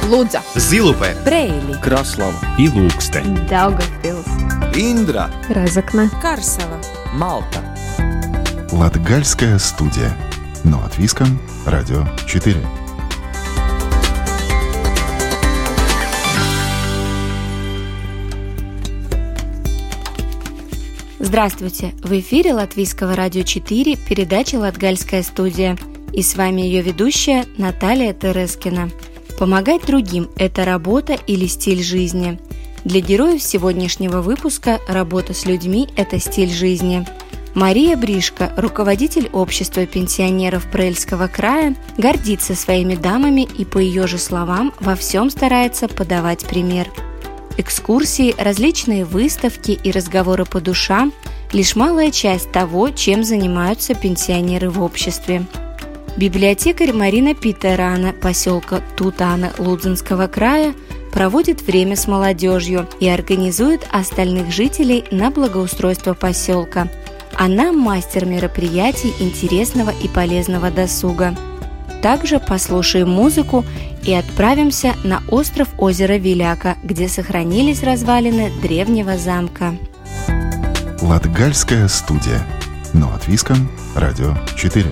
Лудза, Зилупе, Брейли, Краслава и Лукстен, Даугавпилс, Индра, Разокна, Карсела, Малта. Латгальская студия. Но от Виском, Радио 4. Здравствуйте! В эфире Латвийского радио 4 передача «Латгальская студия». И с вами ее ведущая Наталья Терескина. Помогать другим – это работа или стиль жизни. Для героев сегодняшнего выпуска работа с людьми – это стиль жизни. Мария Бришко, руководитель общества пенсионеров Прельского края, гордится своими дамами и, по ее же словам, во всем старается подавать пример. Экскурсии, различные выставки и разговоры по душам – лишь малая часть того, чем занимаются пенсионеры в обществе. Библиотекарь Марина Питерана поселка Тутана Лудзенского края проводит время с молодежью и организует остальных жителей на благоустройство поселка. Она мастер мероприятий интересного и полезного досуга. Также послушаем музыку и отправимся на остров озера Виляка, где сохранились развалины древнего замка. Латгальская студия. Но от Виском, Радио 4.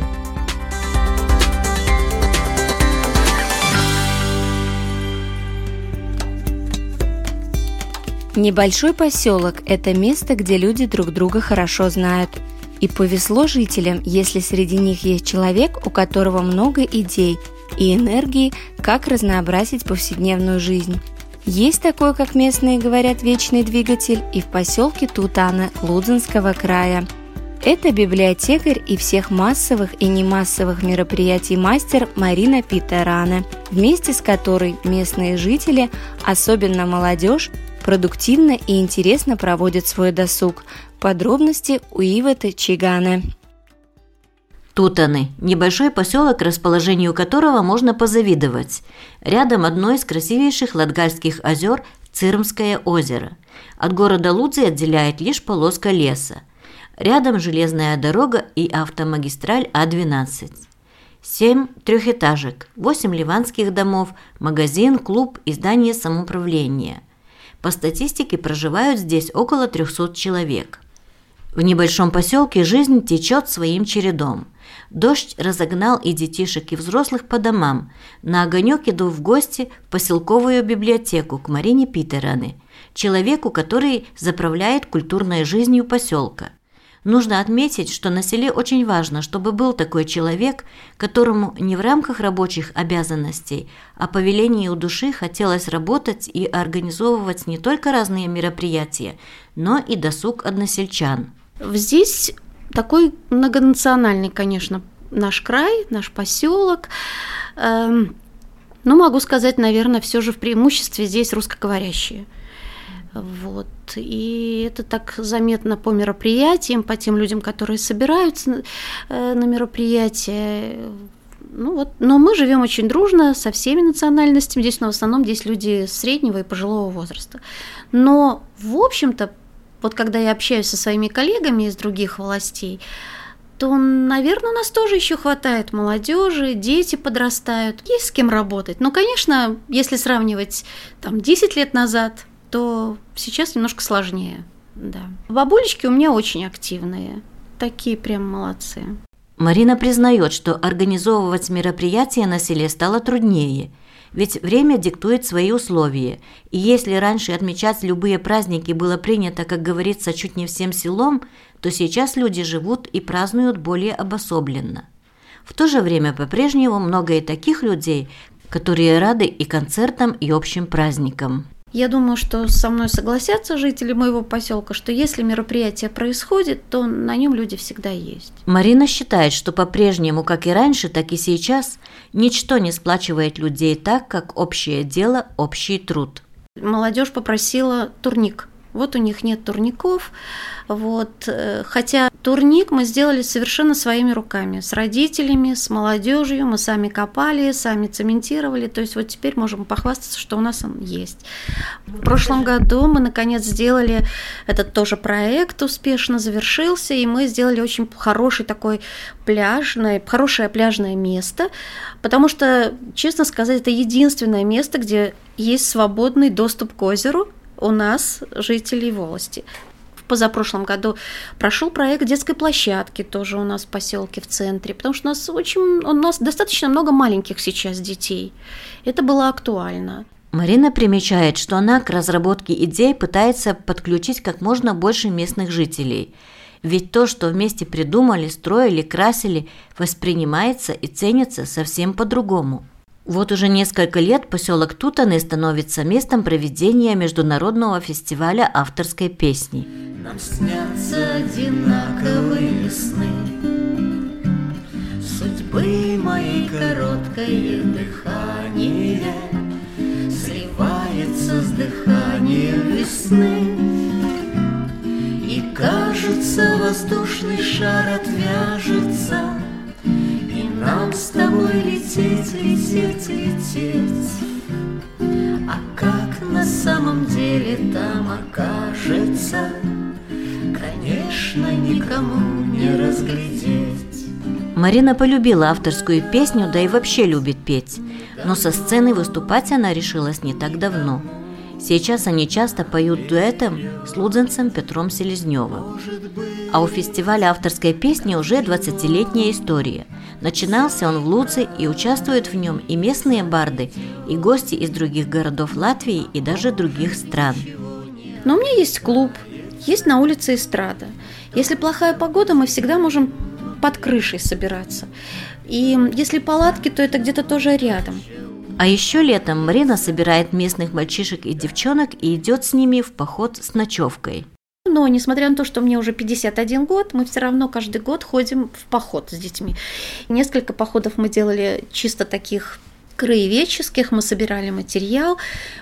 Небольшой поселок – это место, где люди друг друга хорошо знают. И повезло жителям, если среди них есть человек, у которого много идей и энергии, как разнообразить повседневную жизнь. Есть такой, как местные говорят, вечный двигатель и в поселке Тутана Лудзенского края. Это библиотекарь и всех массовых и немассовых мероприятий мастер Марина Питерана, вместе с которой местные жители, особенно молодежь, продуктивно и интересно проводят свой досуг. Подробности у Иветы Чигане. Тутаны – небольшой поселок, расположению которого можно позавидовать. Рядом одно из красивейших латгальских озер – Цирмское озеро. От города Лудзи отделяет лишь полоска леса. Рядом железная дорога и автомагистраль А12. 7 трехэтажек, 8 ливанских домов, магазин, клуб и здание самоуправления. По статистике проживают здесь около 300 человек. В небольшом поселке жизнь течет своим чередом. Дождь разогнал и детишек, и взрослых по домам. На огонек иду в гости в поселковую библиотеку к Марине Питеране, человеку, который заправляет культурной жизнью поселка. Нужно отметить, что на селе очень важно, чтобы был такой человек, которому не в рамках рабочих обязанностей, а по велению души хотелось работать и организовывать не только разные мероприятия, но и досуг односельчан. Здесь такой многонациональный, конечно, наш край, наш поселок. Но могу сказать, наверное, все же в преимуществе здесь русскоговорящие. Вот. И это так заметно по мероприятиям, по тем людям, которые собираются на мероприятия. Но мы живем очень дружно со всеми национальностями. Здесь, в основном, здесь люди среднего и пожилого возраста. Но, в общем-то, вот когда я общаюсь со своими коллегами из других властей, то, наверное, у нас тоже еще хватает молодежи, дети подрастают, есть с кем работать. Но, конечно, если сравнивать 10 лет назад, то сейчас немножко сложнее. Да. Бабулечки у меня очень активные, такие прям молодцы. Марина признает, что организовывать мероприятия на селе стало труднее, ведь время диктует свои условия, и если раньше отмечать любые праздники было принято, как говорится, чуть не всем селом, то сейчас люди живут и празднуют более обособленно. В то же время по-прежнему много и таких людей, которые рады и концертам, и общим праздникам. Я думаю, что со мной согласятся жители моего поселка, что если мероприятие происходит, то на нем люди всегда есть. Марина считает, что по-прежнему, как и раньше, так и сейчас, ничто не сплачивает людей так, как общее дело, общий труд. Молодежь попросила турник Вот у них нет турников, вот. Хотя турник мы сделали совершенно своими руками, с родителями, с молодежью, мы сами копали, сами цементировали, то есть вот теперь можем похвастаться, что у нас он есть. В прошлом году мы наконец сделали этот тоже проект, успешно завершился, и мы сделали очень хорошее пляжное место, потому что, честно сказать, это единственное место, где есть свободный доступ к озеру у нас, жителей Волости. В позапрошлом году прошел проект детской площадки тоже у нас в поселке в центре, потому что у нас достаточно много маленьких сейчас детей. Это было актуально. Марина примечает, что она к разработке идей пытается подключить как можно больше местных жителей. Ведь то, что вместе придумали, строили, красили, воспринимается и ценится совсем по-другому. Вот уже несколько лет поселок Тутаны становится местом проведения Международного фестиваля авторской песни. Нам снятся одинаковые сны, судьбы моей короткое дыхание сливается с дыханием весны, и кажется, воздушный шар отвяжется, и нам с тобой лететь, лететь, лететь. А как на самом деле там окажется, конечно, никому не разглядеть. Марина полюбила авторскую песню, да и вообще любит петь. Но со сцены выступать она решилась не так давно. Сейчас они часто поют дуэтом с лудзенцем Петром Селезнёвым. А у фестиваля авторской песни уже 20-летняя история. Начинался он в Лудзе, и участвуют в нем и местные барды, и гости из других городов Латвии и даже других стран. Но у меня есть клуб, есть на улице эстрада. Если плохая погода, мы всегда можем под крышей собираться. И если палатки, то это где-то тоже рядом. А еще летом Марина собирает местных мальчишек и девчонок и идет с ними в поход с ночевкой. Но несмотря на то, что мне уже 51 год, мы все равно каждый год ходим в поход с детьми. Несколько походов мы делали чисто таких краеведческих, мы собирали материал,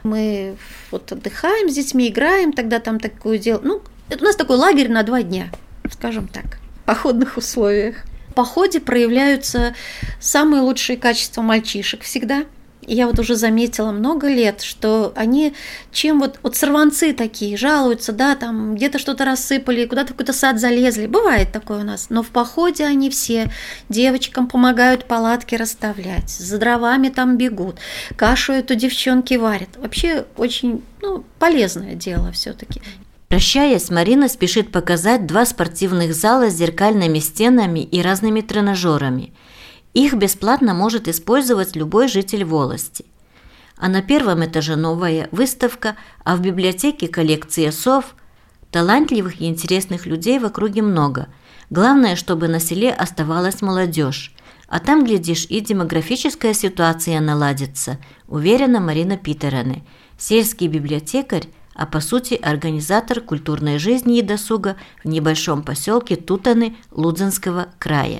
мы вот отдыхаем с детьми, играем, тогда там такое дело. У нас такой лагерь на 2 дня, скажем так, в походных условиях. В походе проявляются самые лучшие качества мальчишек всегда. Я вот уже заметила много лет, что они чем вот сорванцы такие, жалуются, да, там где-то что-то рассыпали, куда-то в какой-то сад залезли. Бывает такое у нас. Но в походе они все девочкам помогают палатки расставлять, за дровами там бегут, кашу эту девчонки варят. Вообще очень полезное дело все-таки. Прощаясь, Марина спешит показать 2 спортивных зала с зеркальными стенами и разными тренажерами. Их бесплатно может использовать любой житель Волости. А на 1-м этаже новая выставка, а в библиотеке коллекция сов. Талантливых и интересных людей в округе много. Главное, чтобы на селе оставалась молодежь. А там, глядишь, и демографическая ситуация наладится, уверена Марина Питерене, сельский библиотекарь, а по сути организатор культурной жизни и досуга в небольшом поселке Тутаны Лудзенского края.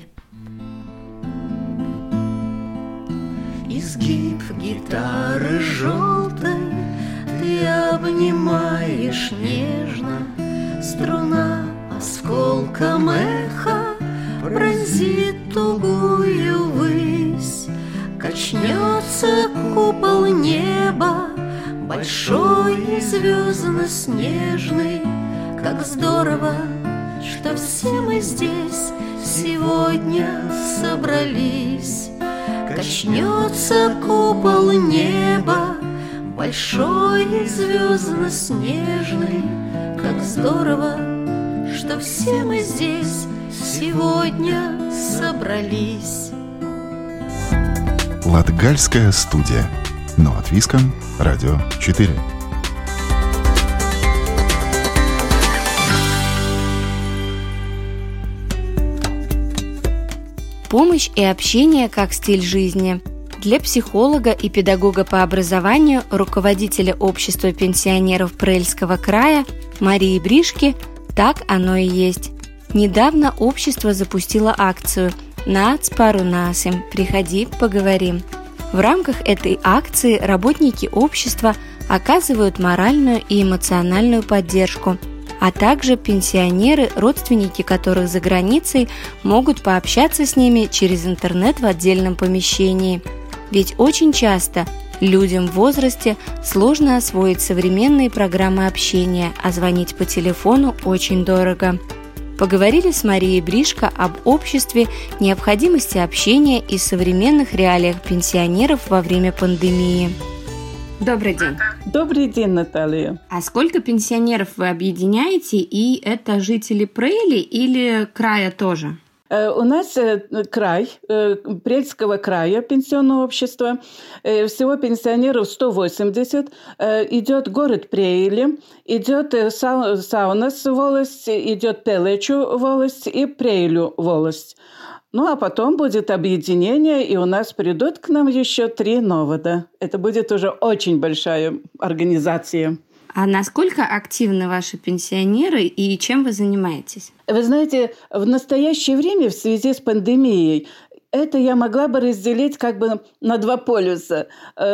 Изгиб гитары желтой ты обнимаешь нежно, струна осколком эха пронзит тугую высь, качнется купол неба, большой и звездно-снежный. Как здорово, что все мы здесь сегодня собрались. Качнется купол неба, большой и звездно-снежный. Как здорово, что все мы здесь сегодня собрались. Латгальская студия. На Латвийском радио 4. Помощь и общение как стиль жизни. Для психолога и педагога по образованию, руководителя общества пенсионеров Прельского края Марии Бришки, так оно и есть. Недавно общество запустило акцию «Нац парунасим. Приходи, поговорим». В рамках этой акции работники общества оказывают моральную и эмоциональную поддержку, а также пенсионеры, родственники которых за границей, могут пообщаться с ними через интернет в отдельном помещении. Ведь очень часто людям в возрасте сложно освоить современные программы общения, а звонить по телефону очень дорого. Поговорили с Марией Бришко об обществе, необходимости общения и современных реалиях пенсионеров во время пандемии. Добрый день. Добрый день, Наталья. А сколько пенсионеров вы объединяете, и это жители Прейли или края тоже? У нас край, Прельского края, пенсионное общество. Всего пенсионеров 180. Идет город Прейли, идет Саунас волость, идет Пелечу волость и Прейлю волость. Ну, а потом будет объединение, и у нас придут к нам еще 3 новода. Это будет уже очень большая организация. А насколько активны ваши пенсионеры и чем вы занимаетесь? Вы знаете, в настоящее время в связи с пандемией это я могла бы разделить как бы на 2 полюса.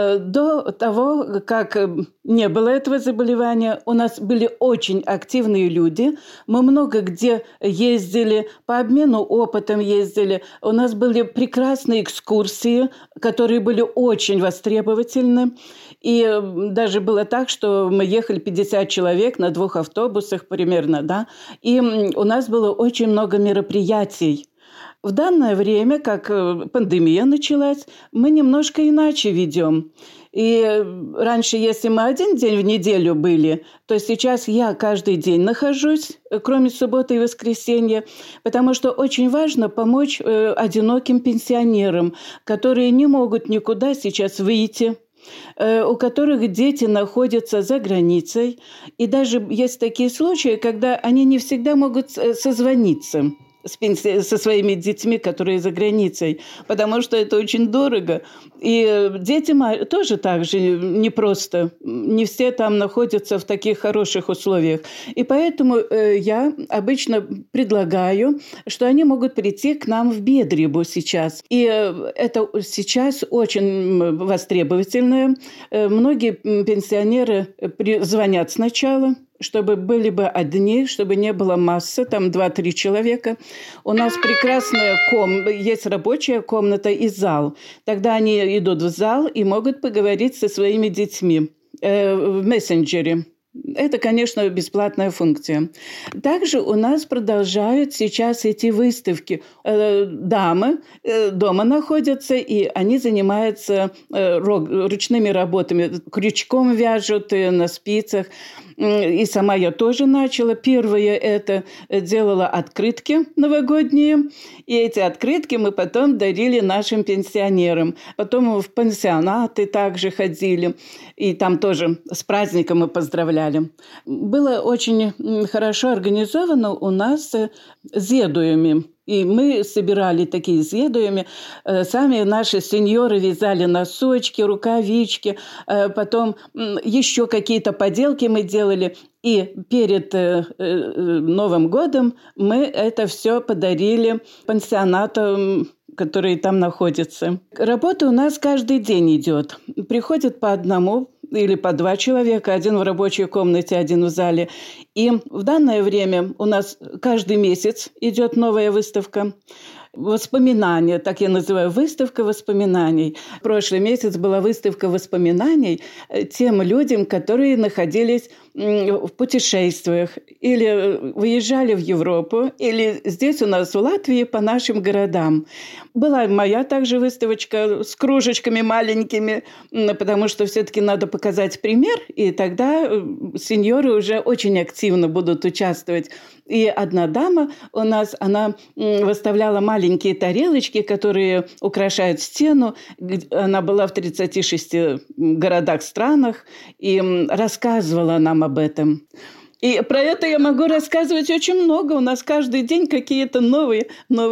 До того, как не было этого заболевания, у нас были очень активные люди. Мы много где ездили, по обмену опытом ездили. У нас были прекрасные экскурсии, которые были очень востребовательны. И даже было так, что мы ехали 50 человек на 2 автобусах примерно, да. И у нас было очень много мероприятий. В данное время, как пандемия началась, мы немножко иначе ведем. И раньше, если мы 1 день в неделю были, то сейчас я каждый день нахожусь, кроме субботы и воскресенья, потому что очень важно помочь одиноким пенсионерам, которые не могут никуда сейчас выйти, у которых дети находятся за границей. И даже есть такие случаи, когда они не всегда могут созвониться со своими детьми, которые за границей, потому что это очень дорого. И детям тоже так же непросто. Не все там находятся в таких хороших условиях. И поэтому я обычно предлагаю, что они могут прийти к нам в Бедрибу сейчас. И это сейчас очень востребовательно. Многие пенсионеры звонят сначала, чтобы были бы одни, чтобы не было массы, там 2-3 человека. У нас прекрасная есть рабочая комната и зал. Тогда они идут в зал и могут поговорить со своими детьми в мессенджере. Это, конечно, бесплатная функция. Также у нас продолжают сейчас идти выставки. Дамы дома находятся, и они занимаются ручными работами. Крючком вяжут на спицах. И сама я тоже начала. Первое это делала открытки новогодние. И эти открытки мы потом дарили нашим пенсионерам. Потом в пансионаты также ходили. И там тоже с праздником мы поздравляли. Было очень хорошо организовано у нас зедуями. И мы собирали такие зедуями. Сами наши сеньоры вязали носочки, рукавички. Потом еще какие-то поделки мы делали. И перед Новым годом мы это все подарили пансионатам, которые там находятся. Работа у нас каждый день идет. Приходит по 1 или по 2 человека, 1 в рабочей комнате, 1 в зале. И в данное время у нас каждый месяц идет новая выставка. Воспоминания, так я называю, выставка воспоминаний. Прошлый месяц была выставка воспоминаний тем людям, которые находились в путешествиях или выезжали в Европу, или здесь у нас в Латвии по нашим городам. Была моя также выставочка с кружечками маленькими, потому что все-таки надо показать пример, и тогда сеньоры уже очень активно будут участвовать. И одна дама у нас, она выставляла маленькие тарелочки, которые украшают стену. Она была в 36 городах, странах, и рассказывала нам об этом. И про это я могу рассказывать очень много. У нас каждый день какие-то новые,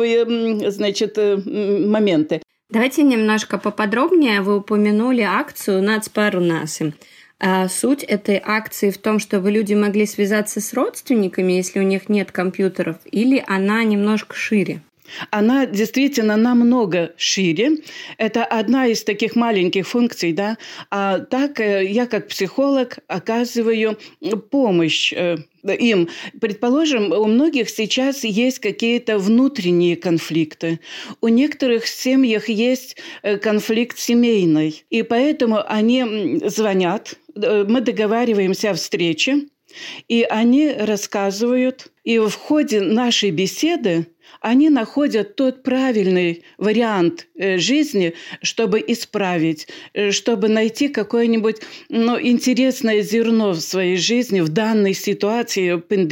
значит, моменты. Давайте немножко поподробнее. Вы упомянули акцию «Нацпарунасы». Суть этой акции в том, чтобы люди могли связаться с родственниками, если у них нет компьютеров, или она немножко шире? Она действительно намного шире. Это одна из таких маленьких функций, да. А так я как психолог оказываю помощь им. Предположим, у многих сейчас есть какие-то внутренние конфликты. У некоторых в семьях есть конфликт семейный. И поэтому они звонят, мы договариваемся о встрече, и они рассказывают. И в ходе нашей беседы они находят тот правильный вариант жизни, чтобы исправить, чтобы найти какое-нибудь интересное зерно в своей жизни в данной ситуации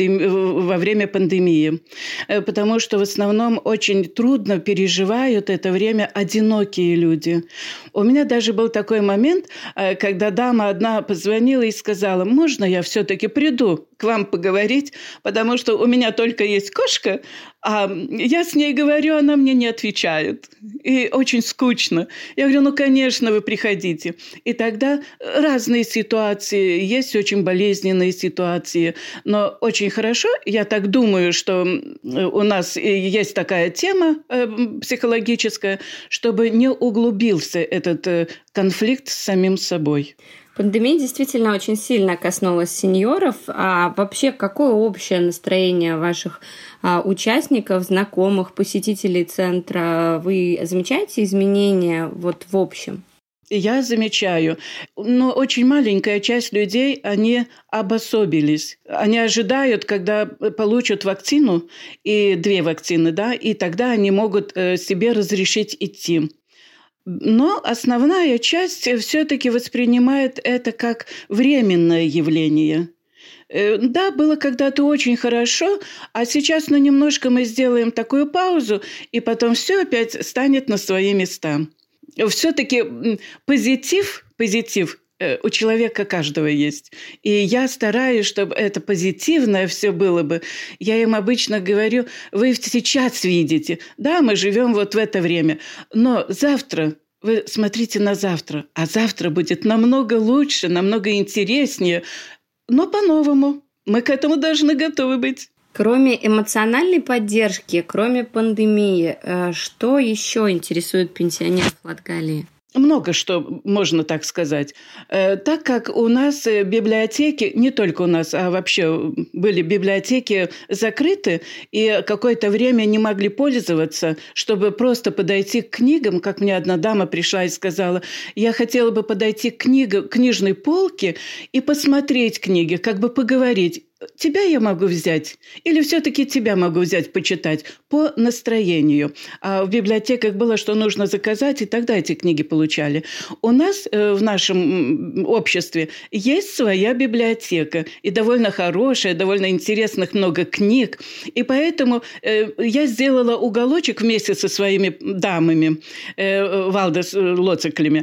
во время пандемии. Потому что в основном очень трудно переживают это время одинокие люди. У меня даже был такой момент, когда дама одна позвонила и сказала: «Можно я все-таки приду к вам поговорить, потому что у меня только есть кошка, а я с ней говорю, она мне не отвечает. И очень скучно». Я говорю: конечно, вы приходите. И тогда разные ситуации, есть очень болезненные ситуации. Но очень хорошо, я так думаю, что у нас есть такая тема психологическая, чтобы не углубился этот конфликт с самим собой. Пандемия действительно очень сильно коснулась сеньоров. А вообще, какое общее настроение ваших участников, знакомых, посетителей центра? Вы замечаете изменения в общем? Я замечаю. Но очень маленькая часть людей, они обособились. Они ожидают, когда получат вакцину, и 2 вакцины, да, и тогда они могут себе разрешить идти. Но основная часть все-таки воспринимает это как временное явление. Да, было когда-то очень хорошо, а сейчас немножко мы сделаем такую паузу, и потом все опять станет на свои места. Все-таки позитив у человека каждого есть. И я стараюсь, чтобы это позитивное все было бы. Я им обычно говорю: вы сейчас видите, да, мы живем в это время, но завтра вы смотрите на завтра, а завтра будет намного лучше, намного интереснее, но по-новому. Мы к этому должны готовы быть. Кроме эмоциональной поддержки, кроме пандемии, что еще интересует пенсионеров Латгалии? Много что можно так сказать. Так как у нас библиотеки, не только у нас, а вообще были библиотеки закрыты, и какое-то время не могли пользоваться, чтобы просто подойти к книгам, как мне одна дама пришла и сказала: я хотела бы подойти к книжной полке и посмотреть книги, как бы поговорить. Тебя я могу взять? Или все-таки тебя могу взять почитать по настроению? А в библиотеках было, что нужно заказать, и тогда эти книги получали. У нас в нашем обществе есть своя библиотека, и довольно хорошая, довольно интересных много книг. И поэтому я сделала уголочек вместе со своими дамами, Валдес Лоциклями,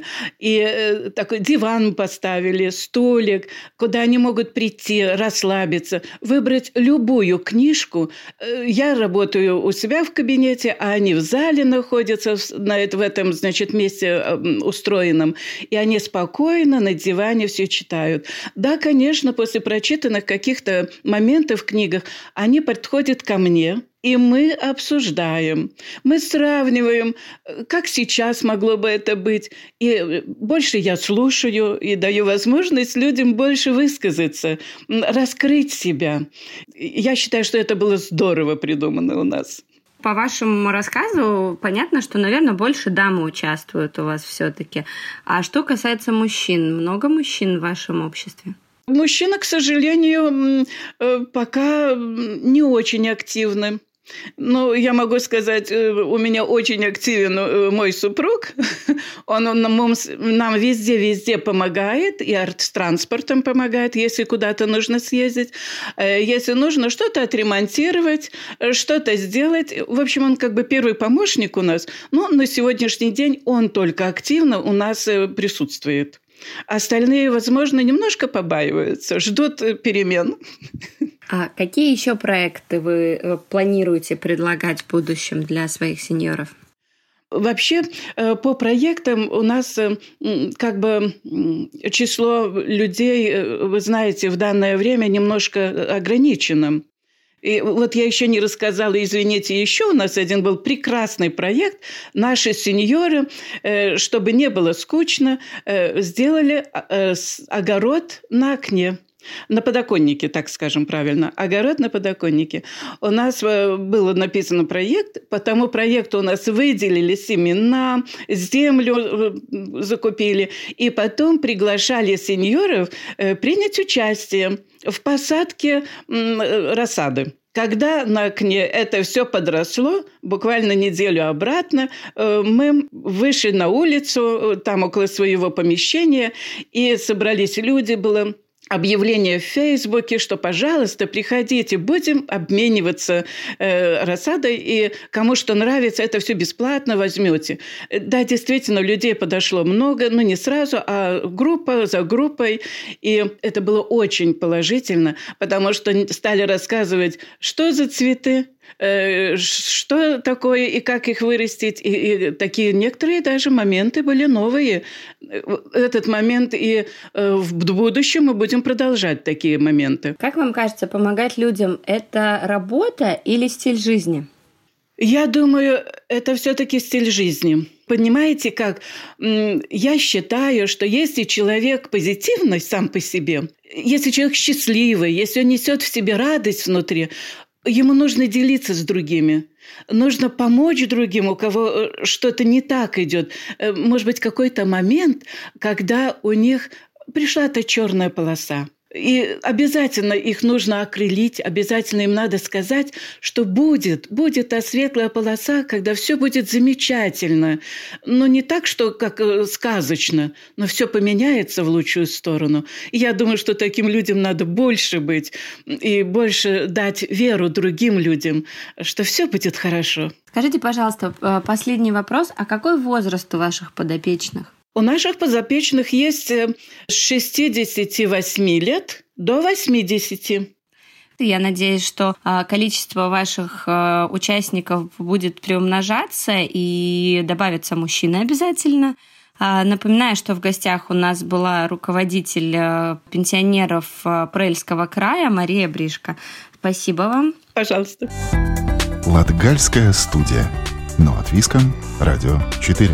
и такой диван поставили, столик, куда они могут прийти, расслабиться, выбрать любую книжку. Я работаю у себя в кабинете, а они в зале находятся, в этом, месте устроенном. И они спокойно на диване все читают. Да, конечно, после прочитанных каких-то моментов в книгах они подходят ко мне, и мы обсуждаем, мы сравниваем, как сейчас могло бы это быть. И больше я слушаю и даю возможность людям больше высказаться, раскрыть себя. Я считаю, что это было здорово придумано у нас. По вашему рассказу понятно, что, наверное, больше дамы участвуют у вас все-таки. А что касается мужчин, много мужчин в вашем обществе? Мужчины, к сожалению, пока не очень активны. Ну, я могу сказать, у меня очень активен мой супруг. Он нам везде помогает, и с транспортом помогает, если куда-то нужно съездить. Если нужно что-то отремонтировать, что-то сделать. В общем, он как бы первый помощник у нас. Но на сегодняшний день он только активно у нас присутствует. Остальные, возможно, немножко побаиваются, ждут перемен. А какие еще проекты вы планируете предлагать в будущем для своих сеньоров? Вообще, по проектам у нас как бы число людей, вы знаете, в данное время немножко ограничено. И вот я еще не рассказала, извините, еще у нас один был прекрасный проект. Наши сеньоры, чтобы не было скучно, сделали огород на окне. На подоконнике, так скажем правильно. Огород на подоконнике. У нас был написан проект. По тому проекту у нас выделили семена, землю закупили. И потом приглашали сеньоров принять участие в посадке рассады. Когда на окне это все подросло, буквально неделю обратно, мы вышли на улицу, там около своего помещения, и собрались люди, было объявление в Фейсбуке, что, пожалуйста, приходите, будем обмениваться рассадой, и кому что нравится, это все бесплатно возьмете. Да, действительно, людей подошло много, но не сразу, а группа за группой, и это было очень положительно, потому что стали рассказывать, что за цветы, что такое и как их вырастить. И такие некоторые даже моменты были новые. Этот момент и в будущем мы будем продолжать такие моменты. Как вам кажется, помогать людям – это работа или стиль жизни? Я думаю, это все-таки стиль жизни. Понимаете, как? Я считаю, что если человек позитивный сам по себе, если человек счастливый, если он несет в себе радость внутри, ему нужно делиться с другими. Нужно помочь другим, у кого что-то не так идет. Может быть, какой-то момент, когда у них пришла та черная полоса. И обязательно их нужно окрылить, обязательно им надо сказать, что будет та светлая полоса, когда все будет замечательно. Но не так, что как сказочно, но все поменяется в лучшую сторону. И я думаю, что таким людям надо больше быть и больше дать веру другим людям, что все будет хорошо. Скажите, пожалуйста, последний вопрос. А какой возраст у ваших подопечных? У наших подопечных есть с 68 лет до 80. Я надеюсь, что количество ваших участников будет приумножаться и добавятся мужчины обязательно. Напоминаю, что в гостях у нас была руководитель пенсионеров Прельского края Мария Бришко. Спасибо вам. Пожалуйста. Латгальская студия. Но от Виском. Радио 4.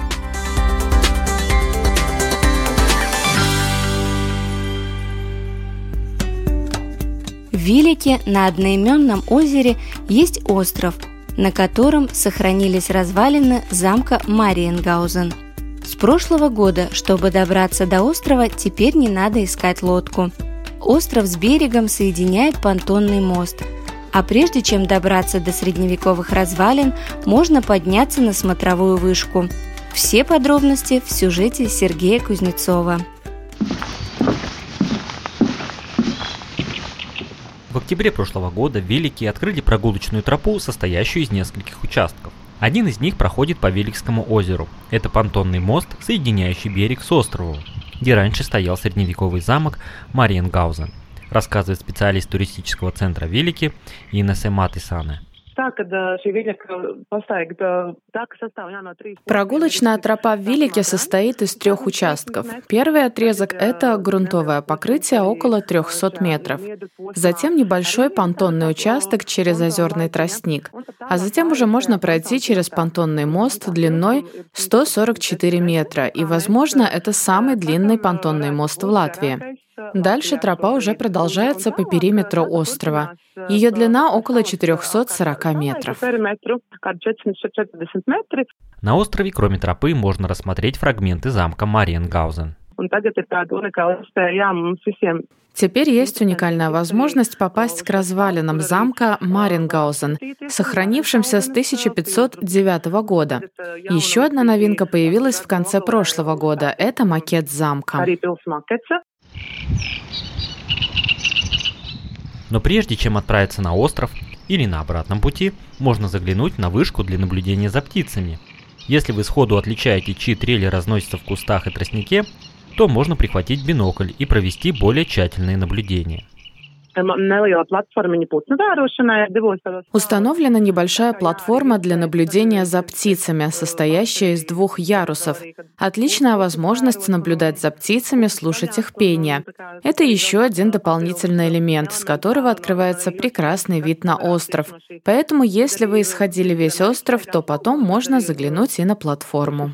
В Вилике на одноименном озере есть остров, на котором сохранились развалины замка Мариенгаузен. С прошлого года, чтобы добраться до острова, теперь не надо искать лодку. Остров с берегом соединяет понтонный мост. А прежде чем добраться до средневековых развалин, можно подняться на смотровую вышку. Все подробности в сюжете Сергея Кузнецова. В октябре прошлого года в Вилике открыли прогулочную тропу, состоящую из нескольких участков. Один из них проходит по Виликскому озеру. Это понтонный мост, соединяющий берег с островом, где раньше стоял средневековый замок Мариенгаузен, рассказывает специалист туристического центра Вилики Инесе Матисане. Прогулочная тропа в Вилике состоит из 3 участков. Первый отрезок – это грунтовое покрытие около 300 метров. Затем небольшой понтонный участок через озерный тростник. А затем уже можно пройти через понтонный мост длиной 144 метра. И, возможно, это самый длинный понтонный мост в Латвии. Дальше тропа уже продолжается по периметру острова. Ее длина около 440 метров. На острове, кроме тропы, можно рассмотреть фрагменты замка Мариенгаузен. Теперь есть уникальная возможность попасть к развалинам замка Мариенгаузен, сохранившимся с 1509 года. Еще одна новинка появилась в конце прошлого года – это макет замка. Но прежде чем отправиться на остров или на обратном пути, можно заглянуть на вышку для наблюдения за птицами. Если вы сходу отличаете, чьи трели разносятся в кустах и тростнике, то можно прихватить бинокль и провести более тщательные наблюдения. Установлена небольшая платформа для наблюдения за птицами, состоящая из 2 ярусов. Отличная возможность наблюдать за птицами, слушать их пение. Это еще один дополнительный элемент, с которого открывается прекрасный вид на остров. Поэтому, если вы исходили весь остров, то потом можно заглянуть и на платформу.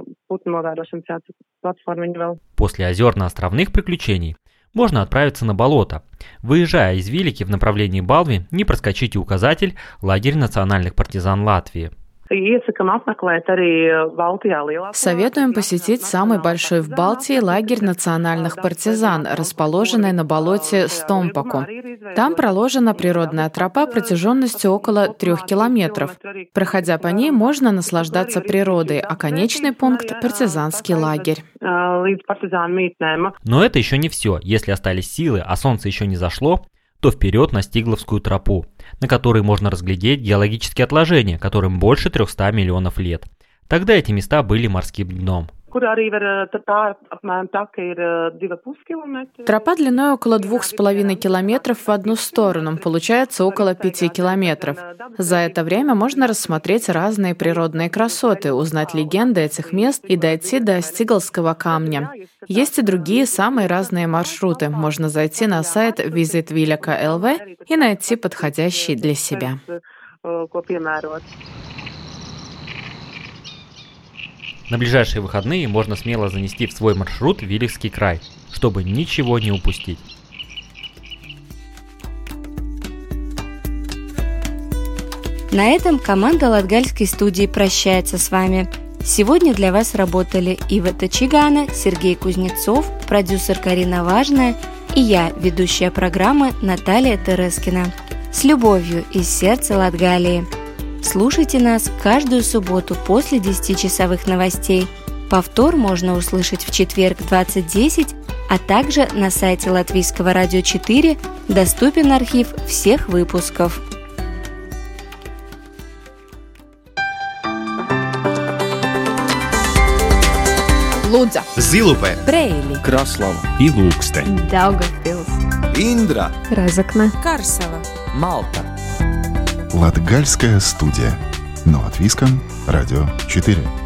После озерно-островных приключений можно отправиться на болото. Выезжая из Вилики в направлении Балви, не проскочите указатель «Лагерь национальных партизан Латвии». Советуем посетить самый большой в Балтии лагерь национальных партизан, расположенный на болоте Стомпаку. Там проложена природная тропа протяженностью около 3 километров. Проходя по ней, можно наслаждаться природой, а конечный пункт – партизанский лагерь. Но это еще не все. Если остались силы, а солнце еще не зашло, то вперед на Стигловскую тропу, на которой можно разглядеть геологические отложения, которым больше 300 миллионов лет. Тогда эти места были морским дном. Тропа длиной около 2,5 километров в одну сторону, получается около 5 километров. За это время можно рассмотреть разные природные красоты, узнать легенды этих мест и дойти до Стиглского камня. Есть и другие самые разные маршруты. Можно зайти на сайт visitvilika.lv и найти подходящий для себя. На ближайшие выходные можно смело занести в свой маршрут Виликский край, чтобы ничего не упустить. На этом команда Латгальской студии прощается с вами. Сегодня для вас работали Ивета Чигана, Сергей Кузнецов, продюсер Карина Важная и я, ведущая программы Наталья Терескина. С любовью из сердца Латгалии. Слушайте нас каждую субботу после 10-часовых новостей. Повтор можно услышать в четверг в 20:10, а также на сайте Латвийского радио 4 доступен архив всех выпусков. Лудза, Зилупе, Брейли, Краслава и Ilūksteņi, Daugavpils, Индра, Разокна, Карсела, Малта. Латгальская студия. На Латвийском радио 4.